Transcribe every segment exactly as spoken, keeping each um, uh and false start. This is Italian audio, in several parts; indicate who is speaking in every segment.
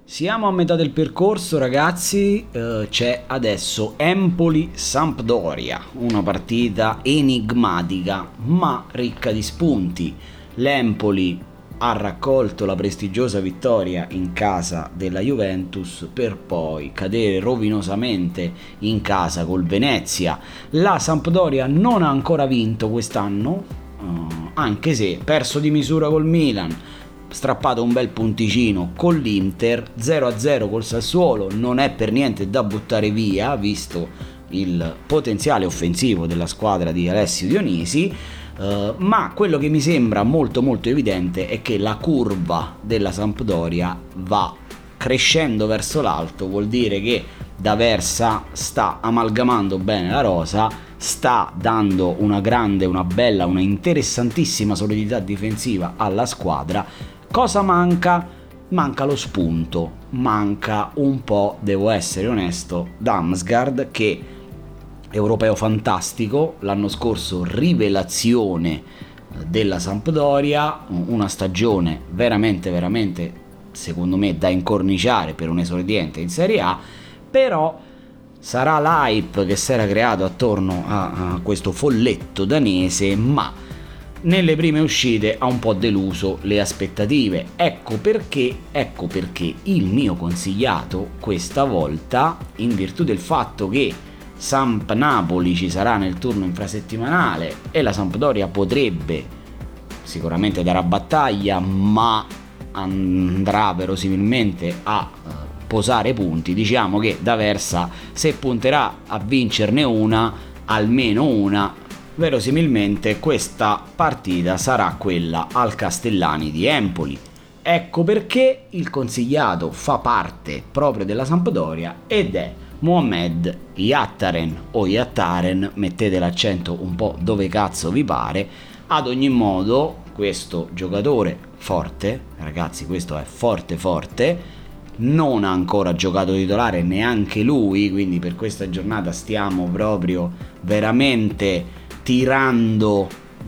Speaker 1: Siamo a metà del percorso, ragazzi. Eh, c'è adesso Empoli-Sampdoria, una partita enigmatica ma ricca di spunti. L'Empoli ha raccolto la prestigiosa vittoria in casa della Juventus per poi cadere rovinosamente in casa col Venezia. La Sampdoria non ha ancora vinto quest'anno, eh, anche se perso di misura col Milan, strappato un bel punticino con l'Inter, zero a zero col Sassuolo. Non è per niente da buttare via, visto il potenziale offensivo della squadra di Alessio Dionisi, uh, ma quello che mi sembra molto molto evidente è che la curva della Sampdoria va crescendo verso l'alto. Vuol dire che D'Aversa sta amalgamando bene la rosa, sta dando una grande, una bella, una interessantissima solidità difensiva alla squadra. Cosa manca? Manca lo spunto, manca un po', devo essere onesto, Damsgaard, che europeo fantastico, l'anno scorso rivelazione della Sampdoria, una stagione veramente veramente secondo me da incorniciare per un esordiente in Serie A, però sarà l'hype che si era creato attorno a, a questo folletto danese, ma nelle prime uscite ha un po' deluso le aspettative. Ecco perché, ecco perché il mio consigliato questa volta, in virtù del fatto che Samp-Napoli ci sarà nel turno infrasettimanale e la Sampdoria potrebbe sicuramente dare a battaglia, ma andrà verosimilmente a uh, posare punti, diciamo che D'Aversa, se punterà a vincerne una, almeno una, verosimilmente questa partita sarà quella al Castellani di Empoli. Ecco perché il consigliato fa parte proprio della Sampdoria ed è Mohamed Yattaren o Yattaren, mettete l'accento un po' dove cazzo vi pare. Ad ogni modo, questo giocatore forte, ragazzi, questo è forte forte, non ha ancora giocato titolare neanche lui, quindi per questa giornata stiamo proprio veramente tirando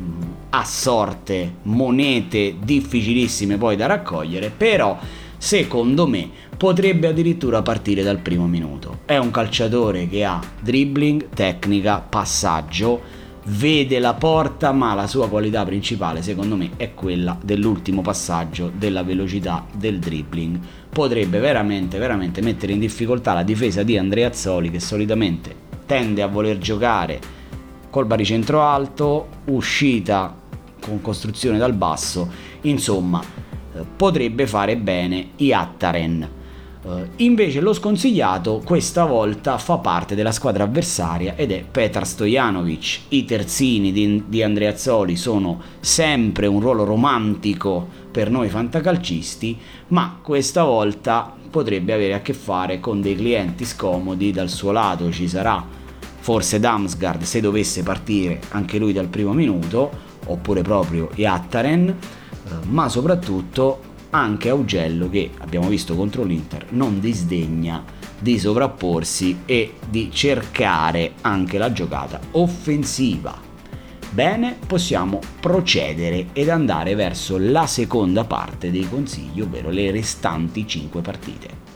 Speaker 1: a sorte monete difficilissime poi da raccogliere, però secondo me potrebbe addirittura partire dal primo minuto. È un calciatore che ha dribbling, tecnica, passaggio, vede la porta, ma la sua qualità principale secondo me è quella dell'ultimo passaggio, della velocità, del dribbling. Potrebbe veramente veramente mettere in difficoltà la difesa di Andreazzoli, che solitamente tende a voler giocare col baricentro alto, uscita con costruzione dal basso. Insomma, eh, potrebbe fare bene Yattaren. Eh, invece lo sconsigliato questa volta fa parte della squadra avversaria ed è Petar Stojanovic. I terzini di, di Andreazzoli sono sempre un ruolo romantico per noi fantacalcisti, ma questa volta potrebbe avere a che fare con dei clienti scomodi. Dal suo lato ci sarà forse Damsgaard, se dovesse partire anche lui dal primo minuto, oppure proprio Yattaren, eh, ma soprattutto anche Augello, che abbiamo visto contro l'Inter non disdegna di sovrapporsi e di cercare anche la giocata offensiva. Bene, possiamo procedere ed andare verso la seconda parte dei consigli, ovvero le restanti cinque partite.